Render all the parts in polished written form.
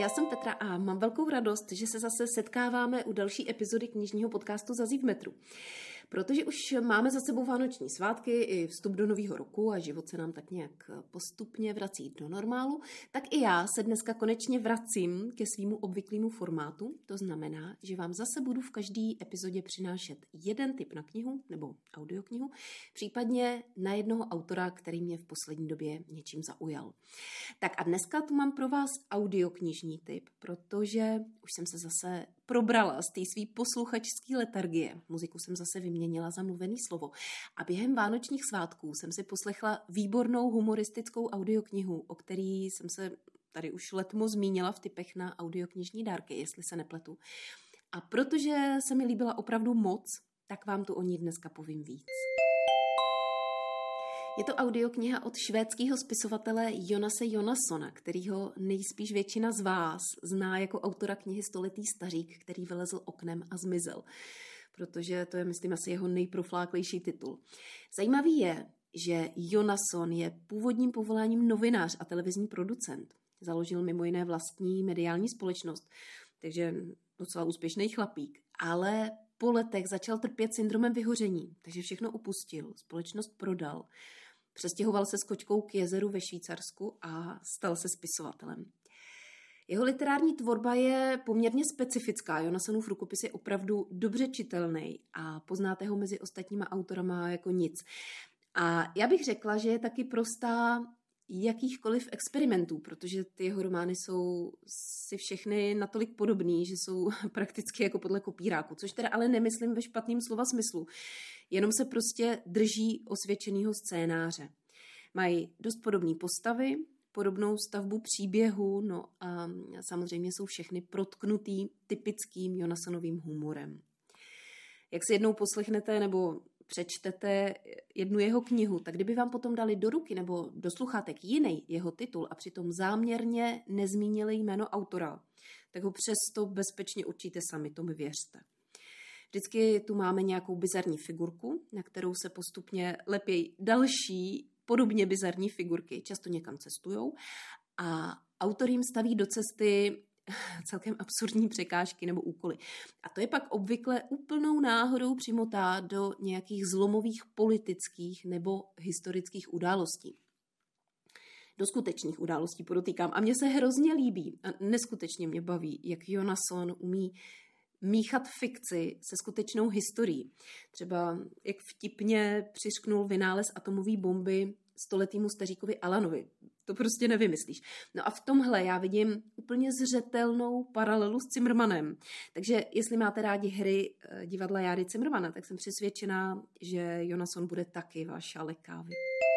Já jsem Petra a mám velkou radost, že se zase setkáváme u další epizody knižního podcastu Zazí v metru. Protože už máme za sebou vánoční svátky i vstup do nového roku a život se nám tak nějak postupně vrací do normálu, tak i já se dneska konečně vracím ke svýmu obvyklému formátu. To znamená, že vám zase budu v každé epizodě přinášet jeden tip na knihu nebo audioknihu, případně na jednoho autora, který mě v poslední době něčím zaujal. Tak a dneska tu mám pro vás audioknižní tip, protože už jsem se zase probrala z té svý posluchačské letargie. Muziku jsem zase vyměnila za mluvený slovo. A během vánočních svátků jsem si poslechla výbornou humoristickou audioknihu, o který jsem se tady už letmo zmínila v tipech na audioknižní dárky, jestli se nepletu. A protože se mi líbila opravdu moc, tak vám tu o ní dneska povím víc. Je to audiokniha od švédského spisovatele Jonase Jonassona, kterýho nejspíš většina z vás zná jako autora knihy Stoletý stařík, který vylezl oknem a zmizel. Protože to je, myslím, asi jeho nejprofláklejší titul. Zajímavý je, že Jonasson je původním povoláním novinář a televizní producent. Založil mimo jiné vlastní mediální společnost, takže docela úspěšný chlapík. Ale po letech začal trpět syndromem vyhoření, takže všechno opustil, společnost prodal. Přestěhoval se s kočkou k jezeru ve Švýcarsku a stal se spisovatelem. Jeho literární tvorba je poměrně specifická. Jonassonův rukopis je opravdu dobře čitelný a poznáte ho mezi ostatníma autorama jako nic. A já bych řekla, že je taky prostá jakýchkoliv experimentů, protože ty jeho romány jsou si všechny natolik podobný, že jsou prakticky jako podle kopíráku, což teda ale nemyslím ve špatným slova smyslu. Jenom se prostě drží osvědčeného scénáře. Mají dost podobné postavy, podobnou stavbu příběhu, no a samozřejmě jsou všechny protknutý typickým Jonassonovým humorem. Jak si jednou poslechnete nebo přečtete jednu jeho knihu, tak kdyby vám potom dali do ruky nebo do sluchátek jiný jeho titul a přitom záměrně nezmínili jméno autora, tak ho přesto bezpečně určíte sami, to mi věřte. Vždycky tu máme nějakou bizarní figurku, na kterou se postupně lepějí další podobně bizarní figurky, často někam cestujou a autor jim staví do cesty celkem absurdní překážky nebo úkoly. A to je pak obvykle úplnou náhodou přimotá do nějakých zlomových politických nebo historických událostí. Do skutečných událostí podotýkám. A mně se hrozně líbí a neskutečně mě baví, jak Jonasson umí míchat fikci se skutečnou historií. Třeba jak vtipně přiřknul vynález atomové bomby stoletýmu staříkovi Allanovi. To prostě nevymyslíš. No a v tomhle já vidím úplně zřetelnou paralelu s Zimmermanem. Takže jestli máte rádi hry divadla Járy Zimmermana, tak jsem přesvědčená, že Jonasson bude taky váš šálek kávy.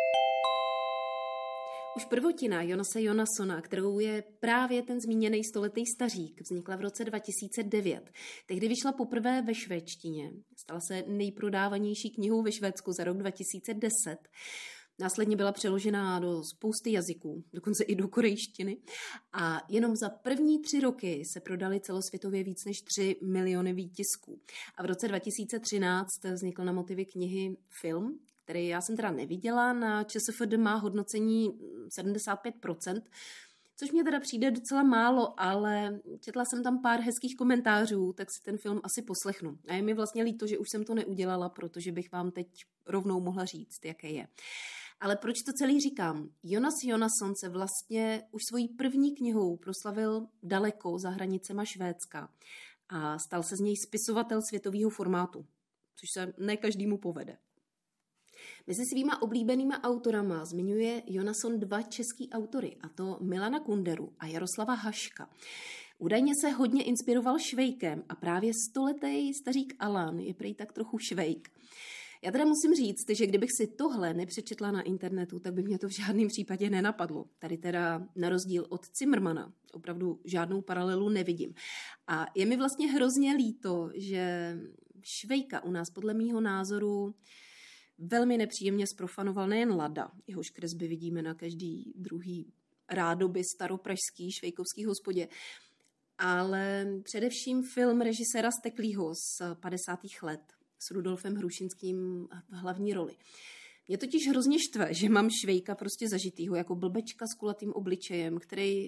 Už prvotina Jonase Jonassona, kterou je právě ten zmíněný Stoletý stařík, vznikla v roce 2009. Tehdy vyšla poprvé ve švédštině. Stala se nejprodávanější knihou ve Švédsku za rok 2010. Následně byla přeložena do spousty jazyků, dokonce i do korejštiny. A jenom za první 3 roky se prodaly celosvětově víc než 3 miliony výtisků. A v roce 2013 vznikl na motivy knihy film, který já jsem teda neviděla, na ČSFD má hodnocení 75%, což mě teda přijde docela málo, ale četla jsem tam pár hezkých komentářů, tak si ten film asi poslechnu. A je mi vlastně líto, že už jsem to neudělala, protože bych vám teď rovnou mohla říct, jaké je. Ale proč to celý říkám? Jonas Jonasson se vlastně už svojí první knihou proslavil daleko za hranicema Švédska a stal se z něj spisovatel světového formátu, což se ne každému povede. Mezi svýma oblíbenýma autorama zmiňuje Jonasson 2 český autory, a to Milana Kunderu a Jaroslava Haška. Údajně se hodně inspiroval Švejkem a právě stoletý stařík Allan je prý tak trochu Švejk. Já teda musím říct, že kdybych si tohle nepřečetla na internetu, tak by mě to v žádném případě nenapadlo. Tady teda na rozdíl od Zimmermana opravdu žádnou paralelu nevidím. A je mi vlastně hrozně líto, že Švejka u nás podle mýho názoru velmi nepříjemně zprofanoval nejen Lada, jehož kresby vidíme na každý druhý rádoby staropražský švejkovský hospodě, ale především film režiséra Steklýho z 50. let s Rudolfem Hrušinským v hlavní roli. Mě totiž hrozně štve, že mám Švejka prostě zažitýho jako blbečka s kulatým obličejem, který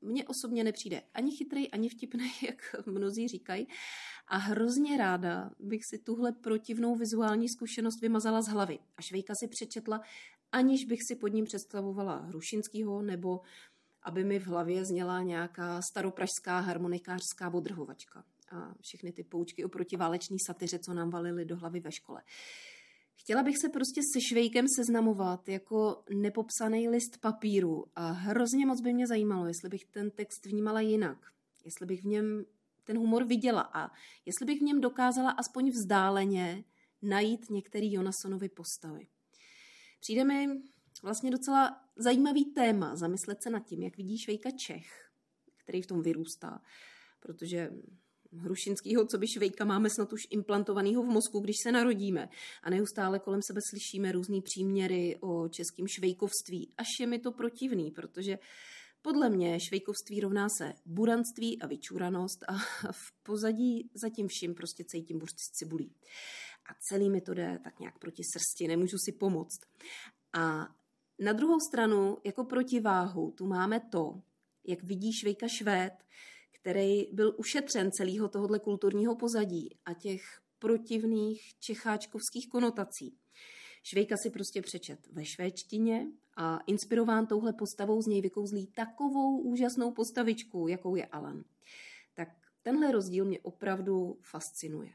mně osobně nepřijde ani chytrý, ani vtipný, jak mnozí říkají. A hrozně ráda bych si tuhle protivnou vizuální zkušenost vymazala z hlavy. A Švejka si přečetla, aniž bych si pod ním představovala Hrušinskýho, nebo aby mi v hlavě zněla nějaká staropražská harmonikářská odrhovačka. A všechny ty poučky o protiválečný satyře, co nám valily do hlavy ve škole. Chtěla bych se prostě se Švejkem seznamovat jako nepopsaný list papíru a hrozně moc by mě zajímalo, jestli bych ten text vnímala jinak, jestli bych v něm ten humor viděla a jestli bych v něm dokázala aspoň vzdáleně najít některé Jonasonovy postavy. Přijde mi vlastně docela zajímavý téma zamyslet se nad tím, jak vidí Švejka Čech, který v tom vyrůstá, protože Hrušinskýho, co by Švejka, máme snad už implantovanýho v mozku, když se narodíme. A neustále kolem sebe slyšíme různý příměry o českém švejkovství. Až je mi to protivný, protože podle mě švejkovství rovná se buranství a vyčuranost a v pozadí za tím vším prostě cítím buřty s cibulí. A celý mi to jde tak nějak proti srsti, nemůžu si pomoct. A na druhou stranu, jako protiváhu, tu máme to, jak vidí Švejka Švéd, který byl ušetřen celého tohohle kulturního pozadí a těch protivných čecháčkovských konotací. Švejka si prostě přečet ve švédštině a inspirován touhle postavou z něj vykouzlí takovou úžasnou postavičku, jakou je Alan. Tak tenhle rozdíl mě opravdu fascinuje.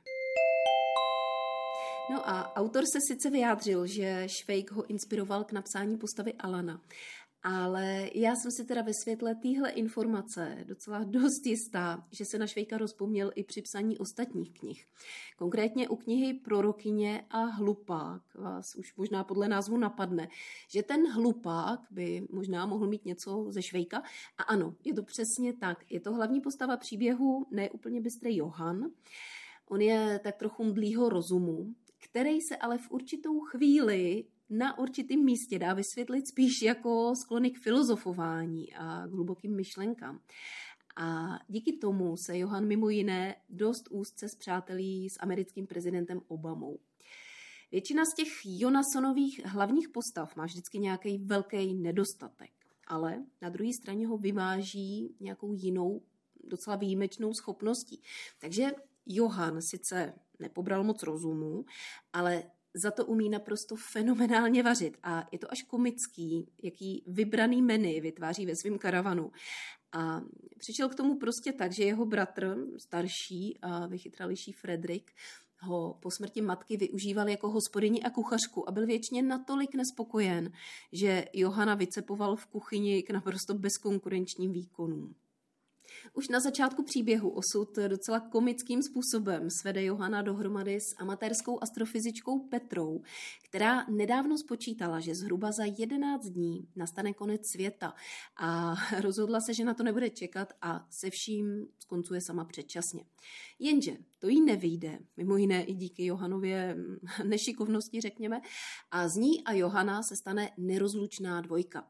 No a autor se sice vyjádřil, že Švejk ho inspiroval k napsání postavy Alana, ale já jsem si teda ve světle téhle informace docela dost jistá, že se na Švejka rozpomněl i při psaní ostatních knih. Konkrétně u knihy Prorokyně a hlupák vás už možná podle názvu napadne, že ten hlupák by možná mohl mít něco ze Švejka. A ano, je to přesně tak. Je to hlavní postava příběhu, ne úplně bystrý Johan. On je tak trochu mdlýho rozumu, který se ale v určitou chvíli na určitém místě dá vysvětlit spíš jako sklony k filozofování a k hlubokým myšlenkám. A díky tomu se Johan mimo jiné dost úzce spřátelí s americkým prezidentem Obamou. Většina z těch Jonasonových hlavních postav má vždycky nějaký velký nedostatek, ale na druhé straně ho vyváží nějakou jinou docela výjimečnou schopností. Takže Johan sice nepobral moc rozumu, ale za to umí naprosto fenomenálně vařit a je to až komický, jaký vybraný menu vytváří ve svém karavanu. A přišel k tomu prostě tak, že jeho bratr, starší a vychytralejší Fredrik, ho po smrti matky využíval jako hospodyni a kuchařku a byl věčně natolik nespokojen, že Johana vycepoval v kuchyni k naprosto bezkonkurenčním výkonům. Už na začátku příběhu osud docela komickým způsobem svede Johana dohromady s amatérskou astrofyzičkou Petrou, která nedávno spočítala, že zhruba za 11 dní nastane konec světa a rozhodla se, že na to nebude čekat a se vším skoncuje sama předčasně. Jenže to jí nevyjde, mimo jiné i díky Johanově nešikovnosti, řekněme, a z ní a Johana se stane nerozlučná dvojka.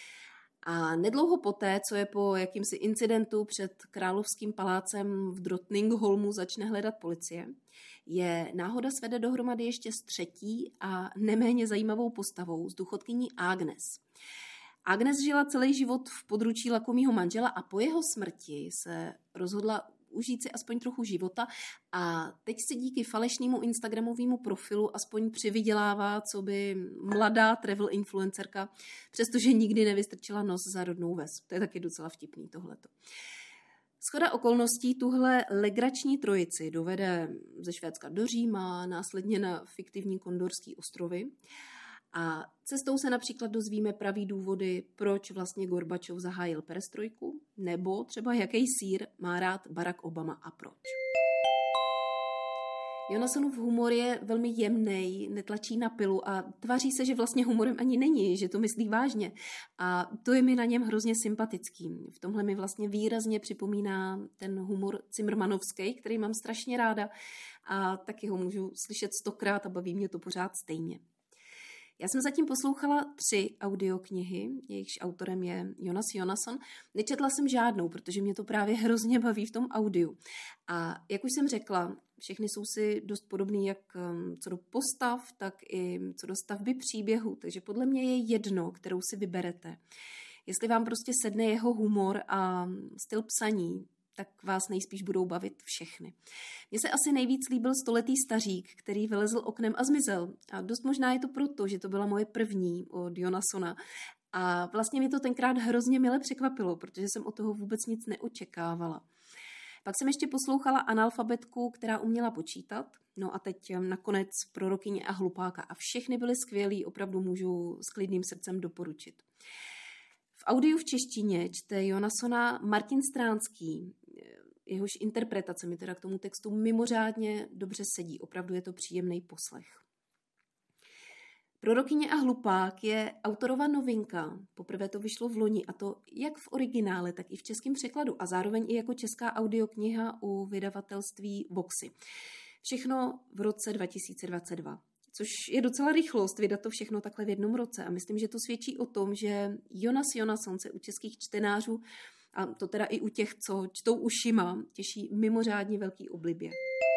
A nedlouho poté, co je po jakýmsi incidentu před královským palácem v Drottningholmu začne hledat policie, je náhoda svede dohromady ještě s třetí a neméně zajímavou postavou, s důchodkyní Agnes. Agnes žila celý život v područí lakomýho manžela a po jeho smrti se rozhodla užít si aspoň trochu života a teď si díky falešnému instagramovému profilu aspoň přivydělává, co by mladá travel influencerka, přestože nikdy nevystrčila nos za rodnou ves. To je taky docela vtipný tohleto. Shoda okolností tuhle legrační trojici dovede ze Švédska do Říma, následně na fiktivní Kondorský ostrovy. A cestou se například dozvíme pravý důvody, proč vlastně Gorbačov zahájil perestrojku, nebo třeba jaký sýr má rád Barack Obama a proč. Jonasonův humor je velmi jemnej, netlačí na pilu a tváří se, že vlastně humorem ani není, že to myslí vážně. A to je mi na něm hrozně sympatický. V tomhle mi vlastně výrazně připomíná ten humor cimrmanovský, který mám strašně ráda a taky ho můžu slyšet 100krát a baví mě to pořád stejně. Já jsem zatím poslouchala 3 audioknihy, jejichž autorem je Jonas Jonasson. Nečetla jsem žádnou, protože mě to právě hrozně baví v tom audiu. A jak už jsem řekla, všechny jsou si dost podobný jak co do postav, tak i co do stavby příběhu. Takže podle mě je jedno, kterou si vyberete. Jestli vám prostě sedne jeho humor a styl psaní, tak vás nejspíš budou bavit všechny. Mně se asi nejvíc líbil Stoletý stařík, který vylezl oknem a zmizel. A dost možná je to proto, že to byla moje první od Jonasona. A vlastně mě to tenkrát hrozně mile překvapilo, protože jsem od toho vůbec nic neočekávala. Pak jsem ještě poslouchala analfabetku, která uměla počítat. No a teď nakonec Prorokyně a hlupáka. A všechny byly skvělý, opravdu můžu s klidným srdcem doporučit. V audiu v češtině čte Jonasona Martin Stránský. Jehož interpretace mi teda k tomu textu mimořádně dobře sedí. Opravdu je to příjemný poslech. Prorokyně a hlupák je autorova novinka. Poprvé to vyšlo v loni, a to jak v originále, tak i v českém překladu a zároveň i jako česká audiokniha u vydavatelství Voxy. Všechno v roce 2022. Což je docela rychlost vydat to všechno takhle v jednom roce. A myslím, že to svědčí o tom, že Jonas Jonasson se u českých čtenářů, a to teda i u těch, co čtou ušima, těší mimořádně velký oblibě.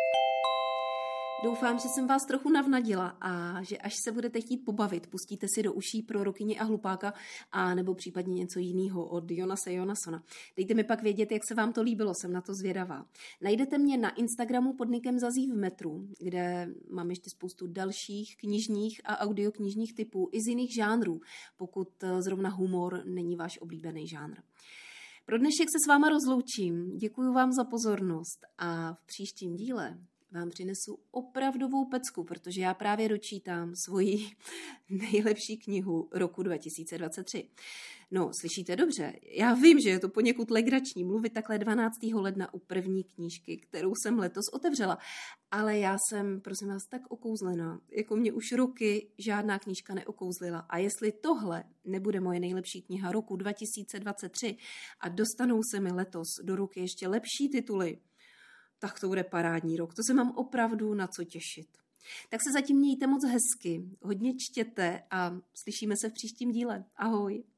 Doufám, že jsem vás trochu navnadila a že až se budete chtít pobavit, pustíte si do uší Prorokyni a hlupáka a nebo případně něco jiného od Jonase Jonassona. Dejte mi pak vědět, jak se vám to líbilo, jsem na to zvědavá. Najdete mě na Instagramu pod nickem Zazí v metru, kde mám ještě spoustu dalších knižních a audioknižních typů i z jiných žánrů, pokud zrovna humor není váš oblíbený žánr. Pro dnešek se s váma rozloučím, děkuji vám za pozornost a v příštím díle vám přinesu opravdovou pecku, protože já právě dočítám svoji nejlepší knihu roku 2023. No, slyšíte dobře, já vím, že je to poněkud legrační mluvit takhle 12. ledna u první knížky, kterou jsem letos otevřela, ale já jsem, prosím vás, tak okouzlená, jako mě už roky žádná knížka neokouzlila. A jestli tohle nebude moje nejlepší kniha roku 2023 a dostanou se mi letos do ruky ještě lepší tituly, tak to bude parádní rok. To se mám opravdu na co těšit. Tak se zatím mějte moc hezky, hodně čtěte a slyšíme se v příštím díle. Ahoj.